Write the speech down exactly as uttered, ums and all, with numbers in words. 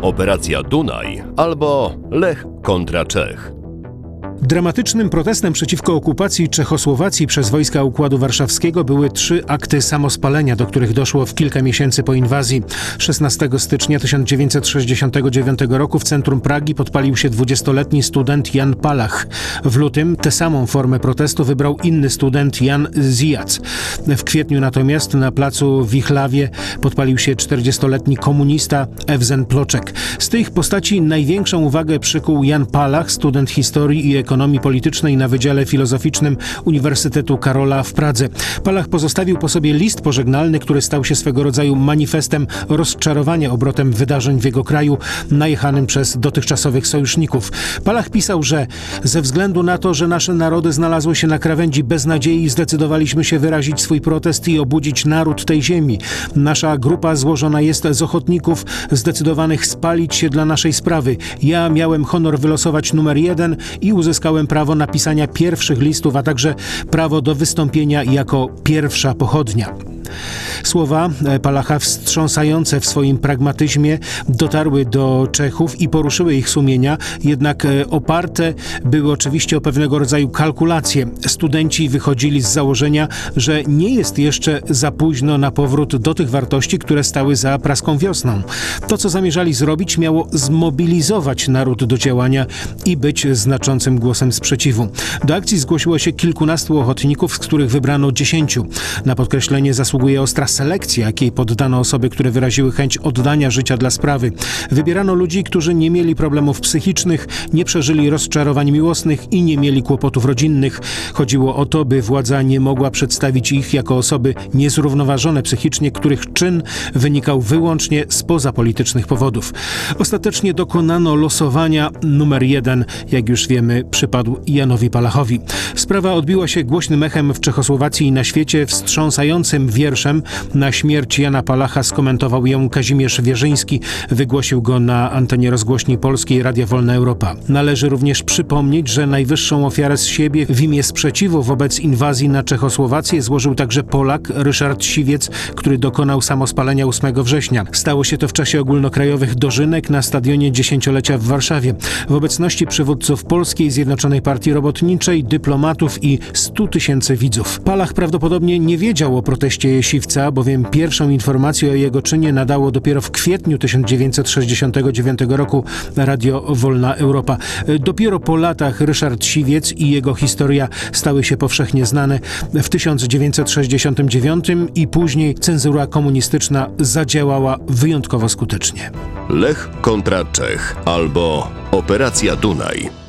Operacja Dunaj albo Lech kontra Czech. Dramatycznym protestem przeciwko okupacji Czechosłowacji przez wojska Układu Warszawskiego były trzy akty samospalenia, do których doszło w kilka miesięcy po inwazji. szesnastego stycznia tysiąc dziewięćset sześćdziesiątego dziewiątego roku w centrum Pragi podpalił się dwudziestoletni student Jan Palach. W lutym tę samą formę protestu wybrał inny student Jan Zijac. W kwietniu natomiast na placu w Wichlawie podpalił się czterdziestoletni komunista Ewzen Ploczek. Z tych postaci największą uwagę przykuł Jan Palach, student historii i ekonomii politycznej na Wydziale Filozoficznym Uniwersytetu Karola w Pradze. Palach pozostawił po sobie list pożegnalny, który stał się swego rodzaju manifestem rozczarowania obrotem wydarzeń w jego kraju, najechanym przez dotychczasowych sojuszników. Palach pisał, że ze względu na to, że nasze narody znalazły się na krawędzi beznadziei, zdecydowaliśmy się wyrazić swój protest i obudzić naród tej ziemi. Nasza grupa złożona jest z ochotników zdecydowanych spalić się dla naszej sprawy. Ja miałem honor wylosować numer jeden i uzyskałem prawo napisania pierwszych listów, a także prawo do wystąpienia jako pierwsza pochodnia. Słowa Palacha, wstrząsające w swoim pragmatyzmie, dotarły do Czechów i poruszyły ich sumienia, jednak oparte były oczywiście o pewnego rodzaju kalkulacje. Studenci wychodzili z założenia, że nie jest jeszcze za późno na powrót do tych wartości, które stały za praską wiosną. To, co zamierzali zrobić, miało zmobilizować naród do działania i być znaczącym głosem sprzeciwu. Do akcji zgłosiło się kilkunastu ochotników, z których wybrano dziesięciu. Na podkreślenie zasługuje ostra selekcja, jakiej poddano osoby, które wyraziły chęć oddania życia dla sprawy. Wybierano ludzi, którzy nie mieli problemów psychicznych, nie przeżyli rozczarowań miłosnych i nie mieli kłopotów rodzinnych. Chodziło o to, by władza nie mogła przedstawić ich jako osoby niezrównoważone psychicznie, których czyn wynikał wyłącznie spoza politycznych powodów. Ostatecznie dokonano losowania. Numer jeden, jak już wiemy, przypadł Janowi Palachowi. Sprawa odbiła się głośnym echem w Czechosłowacji i na świecie. Wstrząsającym wierszem na śmierć Jana Palacha skomentował ją Kazimierz Wierzyński. Wygłosił go na antenie rozgłośni polskiej Radia Wolna Europa. Należy również przypomnieć, że najwyższą ofiarę z siebie w imię sprzeciwu wobec inwazji na Czechosłowację złożył także Polak Ryszard Siwiec, który dokonał samospalenia ósmego września. Stało się to w czasie ogólnokrajowych dożynek na stadionie dziesięciolecia w Warszawie. W obecności przywódców Polskiej Zjednoczonej Partii Robotniczej, dyplomatów i stu tysięcy widzów. Palach prawdopodobnie nie wiedział o proteście Siwca, bowiem pierwszą informację o jego czynie nadało dopiero w kwietniu tysiąc dziewięćset sześćdziesiątego dziewiątego roku Radio Wolna Europa. Dopiero po latach Ryszard Siwiec i jego historia stały się powszechnie znane. W tysiąc dziewięćset sześćdziesiątym dziewiątym i później cenzura komunistyczna zadziałała wyjątkowo skutecznie. Lech kontra Czech albo Operacja Dunaj.